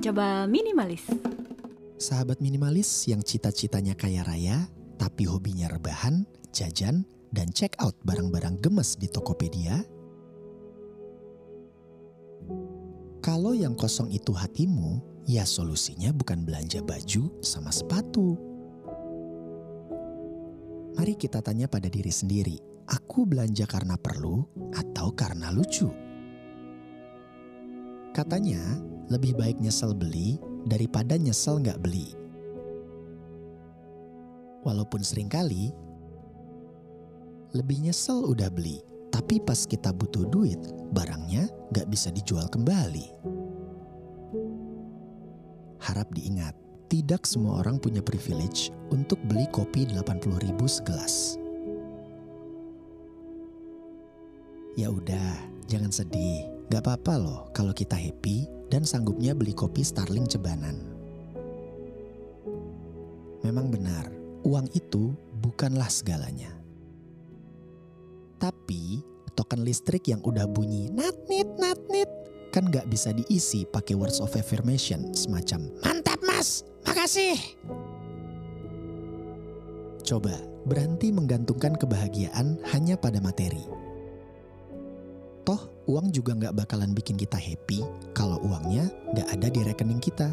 Mencoba minimalis. Sahabat minimalis yang cita-citanya kaya raya, tapi hobinya rebahan, jajan, dan check out barang-barang gemes di Tokopedia. Kalau yang kosong itu hatimu, ya solusinya bukan belanja baju sama sepatu. Mari kita tanya pada diri sendiri, aku belanja karena perlu atau karena lucu? Katanya, lebih baik nyesel beli daripada nyesel nggak beli. Walaupun seringkali, lebih nyesel udah beli, tapi pas kita butuh duit, barangnya nggak bisa dijual kembali. Harap diingat, tidak semua orang punya privilege untuk beli kopi 80.000 segelas. Ya udah, jangan sedih. Gak apa-apa loh kalau kita happy dan sanggupnya beli kopi Starling Cebanan. Memang benar, uang itu bukanlah segalanya. Tapi token listrik yang udah bunyi nat-nit kan gak bisa diisi pakai words of affirmation semacam mantap mas, makasih. Coba berhenti menggantungkan kebahagiaan hanya pada materi. Toh uang juga gak bakalan bikin kita happy kalau uangnya gak ada di rekening kita.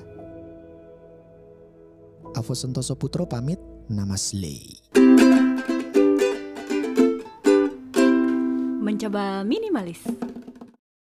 Avo Sentoso Putro pamit, namaste. Mencoba minimalis.